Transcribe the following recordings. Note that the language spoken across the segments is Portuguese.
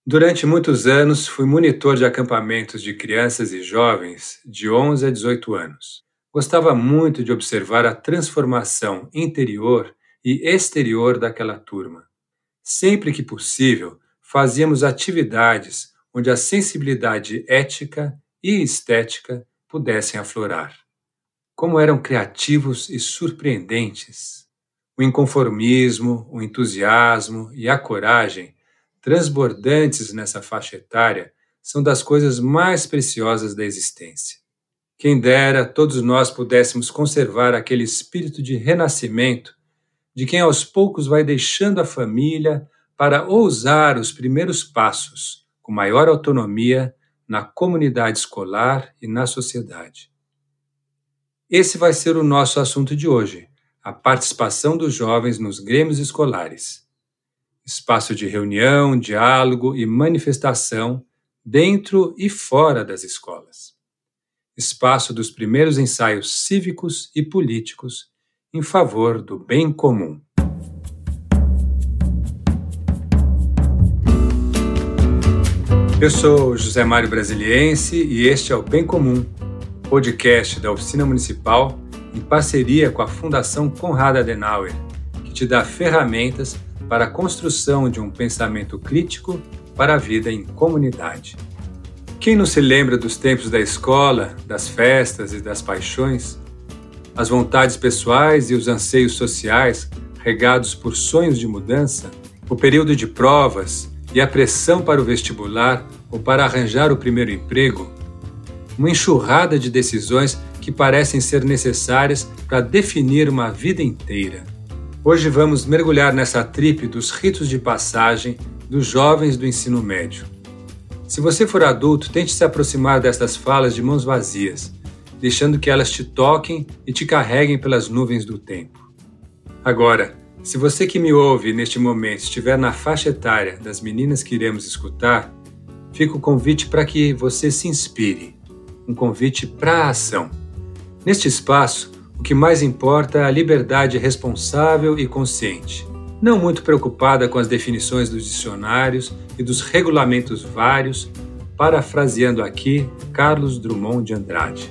Durante muitos anos, fui monitor de acampamentos de crianças e jovens de 11 a 18 anos. Gostava muito de observar a transformação interior e exterior daquela turma. Sempre que possível, fazíamos atividades onde a sensibilidade ética e estética pudessem aflorar. Como eram criativos e surpreendentes! O inconformismo, o entusiasmo e a coragem, transbordantes nessa faixa etária, são das coisas mais preciosas da existência. Quem dera todos nós pudéssemos conservar aquele espírito de renascimento de quem aos poucos vai deixando a família para ousar os primeiros passos, com maior autonomia, na comunidade escolar e na sociedade. Esse vai ser o nosso assunto de hoje, a participação dos jovens nos grêmios escolares. Espaço de reunião, diálogo e manifestação dentro e fora das escolas. Espaço dos primeiros ensaios cívicos e políticos em favor do bem comum. Eu sou José Mário Brasiliense e este é o Bem Comum, podcast da Oficina Municipal em parceria com a Fundação Konrad Adenauer, que te dá ferramentas para a construção de um pensamento crítico para a vida em comunidade. Quem não se lembra dos tempos da escola, das festas e das paixões? As vontades pessoais e os anseios sociais regados por sonhos de mudança? O período de provas e a pressão para o vestibular ou para arranjar o primeiro emprego? Uma enxurrada de decisões que parecem ser necessárias para definir uma vida inteira. Hoje vamos mergulhar nessa tripe dos ritos de passagem dos jovens do ensino médio. Se você for adulto, tente se aproximar destas falas de mãos vazias, deixando que elas te toquem e te carreguem pelas nuvens do tempo. Agora, se você que me ouve neste momento estiver na faixa etária das meninas que iremos escutar, fica o convite para que você se inspire. Um convite para a ação. Neste espaço, o que mais importa é a liberdade responsável e consciente, não muito preocupada com as definições dos dicionários e dos regulamentos vários, parafraseando aqui Carlos Drummond de Andrade.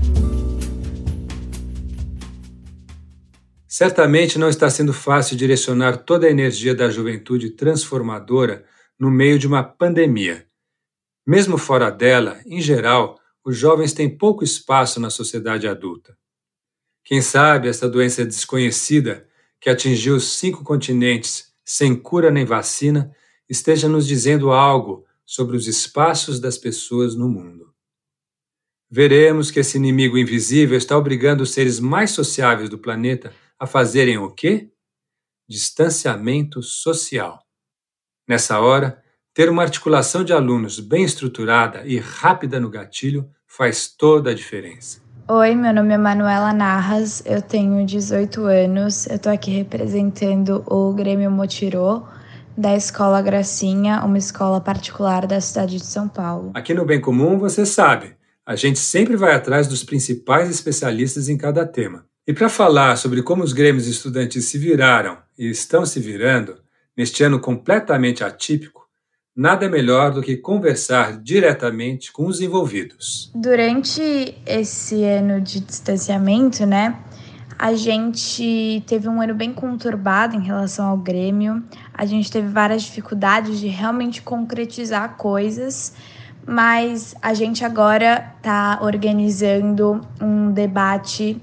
Certamente não está sendo fácil direcionar toda a energia da juventude transformadora no meio de uma pandemia. Mesmo fora dela, em geral, os jovens têm pouco espaço na sociedade adulta. Quem sabe essa doença desconhecida, que atingiu os 5 continentes sem cura nem vacina, esteja nos dizendo algo sobre os espaços das pessoas no mundo. Veremos que esse inimigo invisível está obrigando os seres mais sociáveis do planeta a fazerem o quê? Distanciamento social. Nessa hora, ter uma articulação de alunos bem estruturada e rápida no gatilho faz toda a diferença. Oi, meu nome é Manuela Narras, eu tenho 18 anos, eu tô aqui representando o Grêmio Motirô da Escola Gracinha, uma escola particular da cidade de São Paulo. Aqui no Bem Comum, você sabe, a gente sempre vai atrás dos principais especialistas em cada tema. E para falar sobre como os grêmios estudantis se viraram e estão se virando, neste ano completamente atípico, nada melhor do que conversar diretamente com os envolvidos. Durante esse ano de distanciamento, a gente teve um ano bem conturbado em relação ao Grêmio. A gente teve várias dificuldades de realmente concretizar coisas, mas a gente agora está organizando um debate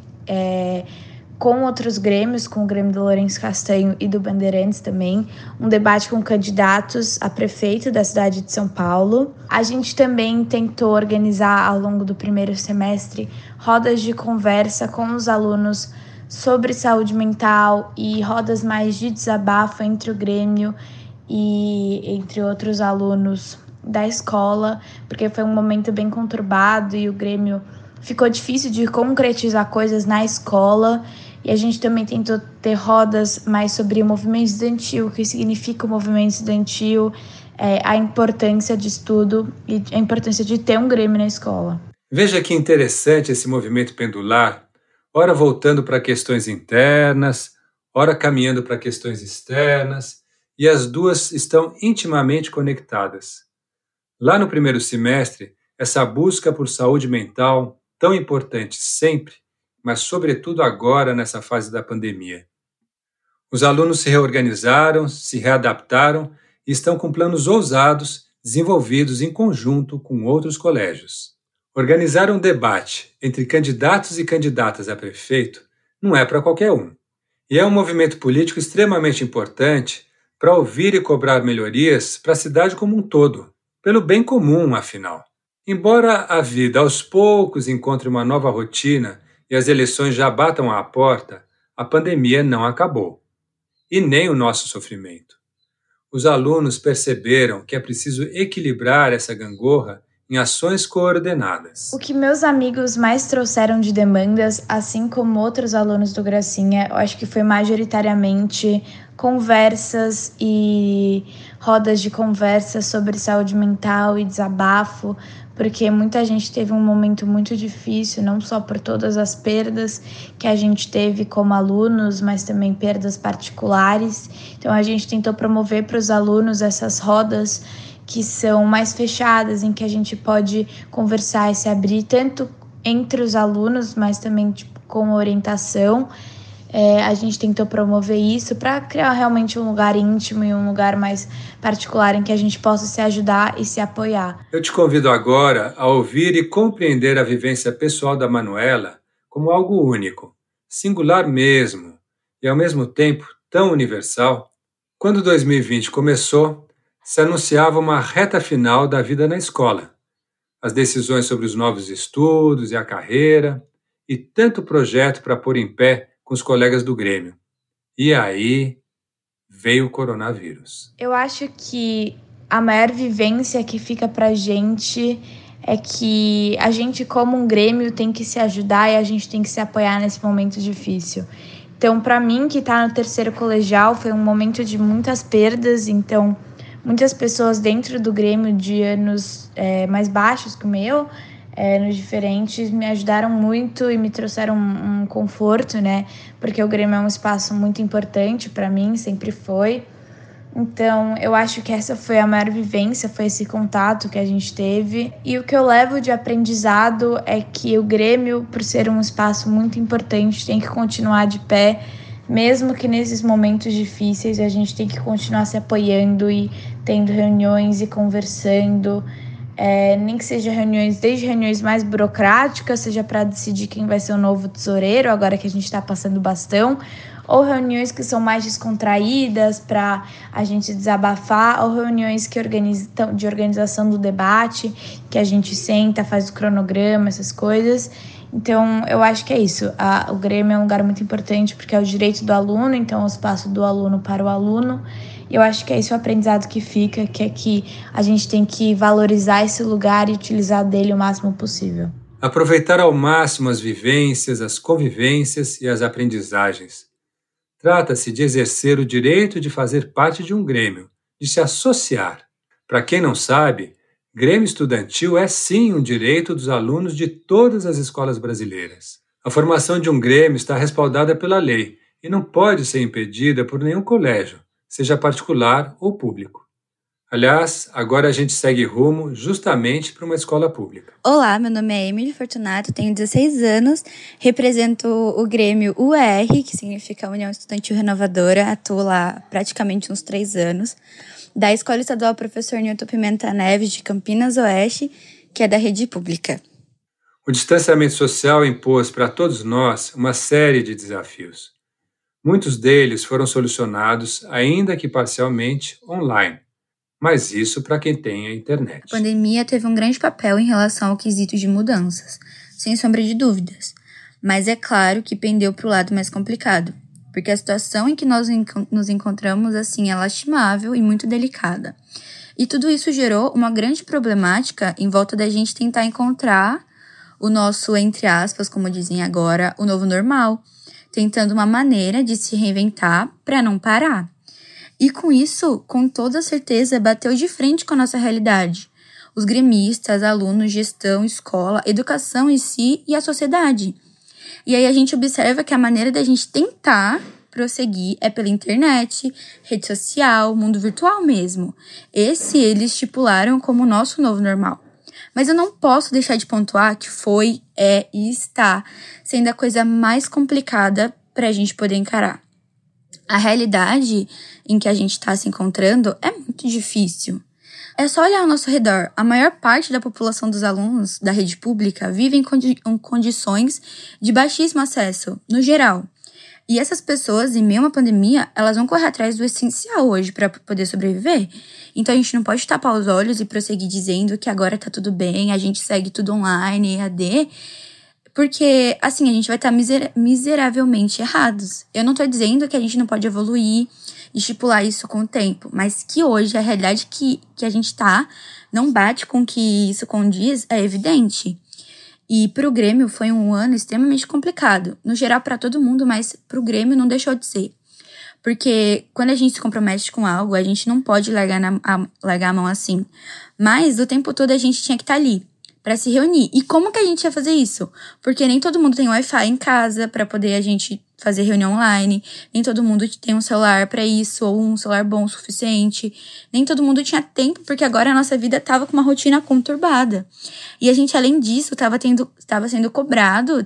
com outros grêmios, com o Grêmio do Lourenço Castanho e do Bandeirantes também, um debate com candidatos a prefeito da cidade de São Paulo. A gente também tentou organizar ao longo do primeiro semestre rodas de conversa com os alunos sobre saúde mental e rodas mais de desabafo entre o Grêmio e entre outros alunos da escola, porque foi um momento bem conturbado e o Grêmio ficou difícil de concretizar coisas na escola. E a gente também tentou ter rodas mais sobre o movimento estudantil, o que significa o movimento estudantil, a importância de estudo e a importância de ter um Grêmio na escola. Veja que interessante esse movimento pendular, ora voltando para questões internas, ora caminhando para questões externas, e as duas estão intimamente conectadas. Lá no primeiro semestre, essa busca por saúde mental, tão importante sempre, mas sobretudo agora nessa fase da pandemia. Os alunos se reorganizaram, se readaptaram e estão com planos ousados, desenvolvidos em conjunto com outros colégios. Organizar um debate entre candidatos e candidatas a prefeito não é para qualquer um. E é um movimento político extremamente importante para ouvir e cobrar melhorias para a cidade como um todo, pelo bem comum, afinal. Embora a vida aos poucos encontre uma nova rotina e as eleições já batam à porta, a pandemia não acabou. E nem o nosso sofrimento. Os alunos perceberam que é preciso equilibrar essa gangorra em ações coordenadas. O que meus amigos mais trouxeram de demandas, assim como outros alunos do Gracinha, eu acho que foi majoritariamente conversas e rodas de conversa sobre saúde mental e desabafo, porque muita gente teve um momento muito difícil, não só por todas as perdas que a gente teve como alunos, mas também perdas particulares. Então a gente tentou promover para os alunos essas rodas que são mais fechadas, em que a gente pode conversar e se abrir tanto entre os alunos, mas também com orientação. A gente tentou promover isso para criar realmente um lugar íntimo e um lugar mais particular em que a gente possa se ajudar e se apoiar. Eu te convido agora a ouvir e compreender a vivência pessoal da Manuela como algo único, singular mesmo, e ao mesmo tempo tão universal. Quando 2020 começou, se anunciava uma reta final da vida na escola. As decisões sobre os novos estudos e a carreira, e tanto projeto para pôr em pé com os colegas do Grêmio. E aí veio o coronavírus. Eu acho que a maior vivência que fica pra gente é que a gente, como um Grêmio, tem que se ajudar e a gente tem que se apoiar nesse momento difícil. Então, para mim, que tá no terceiro colegial, foi um momento de muitas perdas. Então, muitas pessoas dentro do Grêmio de anos mais baixos que o meu, anos diferentes, me ajudaram muito e me trouxeram um conforto, né? Porque o Grêmio é um espaço muito importante para mim, sempre foi. Então, eu acho que essa foi a maior vivência, foi esse contato que a gente teve. E o que eu levo de aprendizado é que o Grêmio, por ser um espaço muito importante, tem que continuar de pé, mesmo que nesses momentos difíceis a gente tem que continuar se apoiando e tendo reuniões e conversando. Nem que seja reuniões, desde reuniões mais burocráticas, seja para decidir quem vai ser o novo tesoureiro, agora que a gente está passando o bastão, ou reuniões que são mais descontraídas para a gente desabafar, ou reuniões de organização do debate, que a gente senta, faz o cronograma, essas coisas. Então, eu acho que é isso. O Grêmio é um lugar muito importante porque é o direito do aluno, então é o espaço do aluno para o aluno. E eu acho que é esse o aprendizado que fica, que é que a gente tem que valorizar esse lugar e utilizar dele o máximo possível. Aproveitar ao máximo as vivências, as convivências e as aprendizagens. Trata-se de exercer o direito de fazer parte de um Grêmio, de se associar. Para quem não sabe, Grêmio estudantil é sim um direito dos alunos de todas as escolas brasileiras. A formação de um Grêmio está respaldada pela lei e não pode ser impedida por nenhum colégio, seja particular ou público. Aliás, agora a gente segue rumo justamente para uma escola pública. Olá, meu nome é Emily Fortunato, tenho 16 anos, represento o Grêmio UER, que significa União Estudantil Renovadora, atuo lá praticamente uns 3 anos, da Escola Estadual Professor Newton Pimenta Neves, de Campinas Oeste, que é da rede pública. O distanciamento social impôs para todos nós uma série de desafios. Muitos deles foram solucionados, ainda que parcialmente, online. Mas isso para quem tem a internet. A pandemia teve um grande papel em relação ao quesito de mudanças, sem sombra de dúvidas. Mas é claro que pendeu para o lado mais complicado, porque a situação em que nós nos encontramos assim é lastimável e muito delicada. E tudo isso gerou uma grande problemática em volta da gente tentar encontrar o nosso, entre aspas, como dizem agora, o novo normal, tentando uma maneira de se reinventar para não parar. E com isso, com toda certeza, bateu de frente com a nossa realidade. Os gremistas, alunos, gestão, escola, educação em si e a sociedade. E aí a gente observa que a maneira da gente tentar prosseguir é pela internet, rede social, mundo virtual mesmo. Esse eles estipularam como o nosso novo normal. Mas eu não posso deixar de pontuar que foi, é e está sendo a coisa mais complicada para a gente poder encarar. A realidade em que a gente está se encontrando é muito difícil. É só olhar ao nosso redor. A maior parte da população dos alunos da rede pública vive em condições de baixíssimo acesso, no geral. E essas pessoas, em meio a uma pandemia, elas vão correr atrás do essencial hoje para poder sobreviver. Então a gente não pode tapar os olhos e prosseguir dizendo que agora tá tudo bem, a gente segue tudo online, EAD, porque assim a gente vai estar miseravelmente errados. Eu não tô dizendo que a gente não pode evoluir, estipular isso com o tempo, mas que hoje a realidade que a gente tá não bate com o que isso condiz é evidente. E pro Grêmio foi um ano extremamente complicado. No geral, para todo mundo, mas pro Grêmio não deixou de ser. Porque quando a gente se compromete com algo, a gente não pode largar a mão assim. Mas o tempo todo a gente tinha que estar ali para se reunir. E como que a gente ia fazer isso? Porque nem todo mundo tem Wi-Fi em casa para poder a gente fazer reunião online. Nem todo mundo tem um celular para isso, ou um celular bom o suficiente. Nem todo mundo tinha tempo, porque agora a nossa vida estava com uma rotina conturbada. E a gente, além disso, está sendo cobrado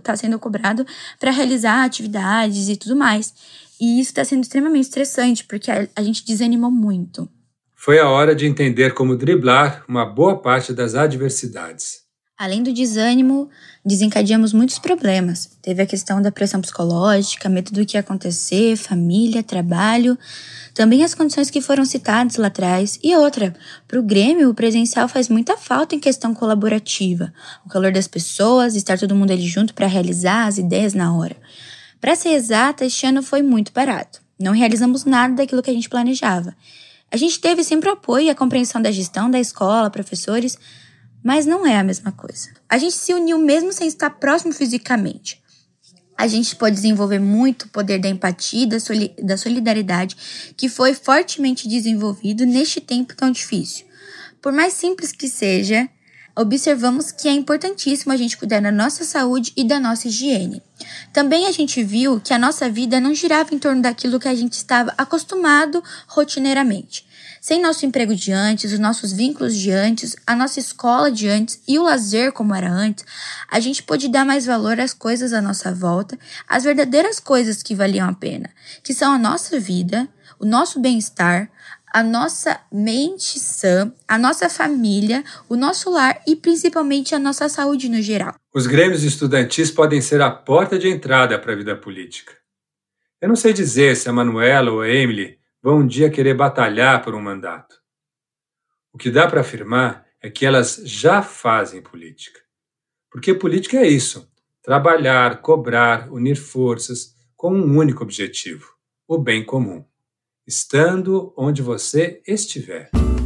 para realizar atividades e tudo mais. E isso está sendo extremamente estressante, porque a gente desanimou muito. Foi a hora de entender como driblar uma boa parte das adversidades. Além do desânimo, desencadeamos muitos problemas. Teve a questão da pressão psicológica, medo do que ia acontecer, família, trabalho, também as condições que foram citadas lá atrás. E outra, para o Grêmio, o presencial faz muita falta em questão colaborativa. O calor das pessoas, estar todo mundo ali junto para realizar as ideias na hora. Para ser exata, este ano foi muito barato. Não realizamos nada daquilo que a gente planejava. A gente teve sempre o apoio e a compreensão da gestão da escola, professores, mas não é a mesma coisa. A gente se uniu mesmo sem estar próximo fisicamente. A gente pôde desenvolver muito o poder da empatia e da solidariedade que foi fortemente desenvolvido neste tempo tão difícil. Por mais simples que seja, observamos que é importantíssimo a gente cuidar da nossa saúde e da nossa higiene. Também a gente viu que a nossa vida não girava em torno daquilo que a gente estava acostumado rotineiramente. Sem nosso emprego de antes, os nossos vínculos de antes, a nossa escola de antes e o lazer como era antes, a gente pôde dar mais valor às coisas à nossa volta, às verdadeiras coisas que valiam a pena, que são a nossa vida, o nosso bem-estar, a nossa mente sã, a nossa família, o nosso lar e principalmente a nossa saúde no geral. Os grêmios estudantis podem ser a porta de entrada para a vida política. Eu não sei dizer se a Manuela ou a Emily vão um dia querer batalhar por um mandato. O que dá para afirmar é que elas já fazem política. Porque política é isso, trabalhar, cobrar, unir forças com um único objetivo, o bem comum, estando onde você estiver.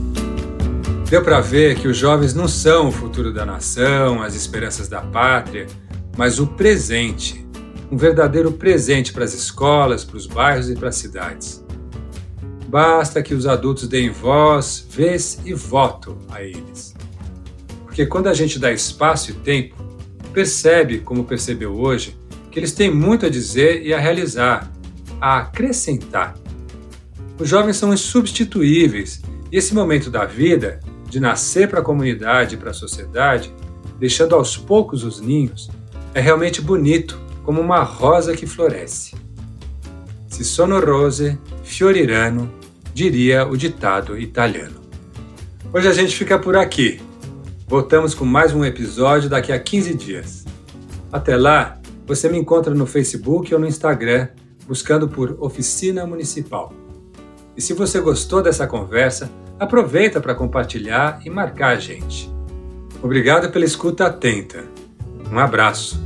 Deu para ver que os jovens não são o futuro da nação, as esperanças da pátria, mas o presente, um verdadeiro presente para as escolas, para os bairros e para as cidades. Basta que os adultos deem voz, vez e voto a eles. Porque quando a gente dá espaço e tempo, percebe, como percebeu hoje, que eles têm muito a dizer e a realizar, a acrescentar. Os jovens são insubstituíveis e esse momento da vida, de nascer para a comunidade e para a sociedade, deixando aos poucos os ninhos, é realmente bonito, como uma rosa que floresce. Se sono rose, fiorirano, diria o ditado italiano. Hoje a gente fica por aqui. Voltamos com mais um episódio daqui a 15 dias. Até lá, você me encontra no Facebook ou no Instagram, buscando por Oficina Municipal. E se você gostou dessa conversa, aproveita para compartilhar e marcar a gente. Obrigado pela escuta atenta. Um abraço.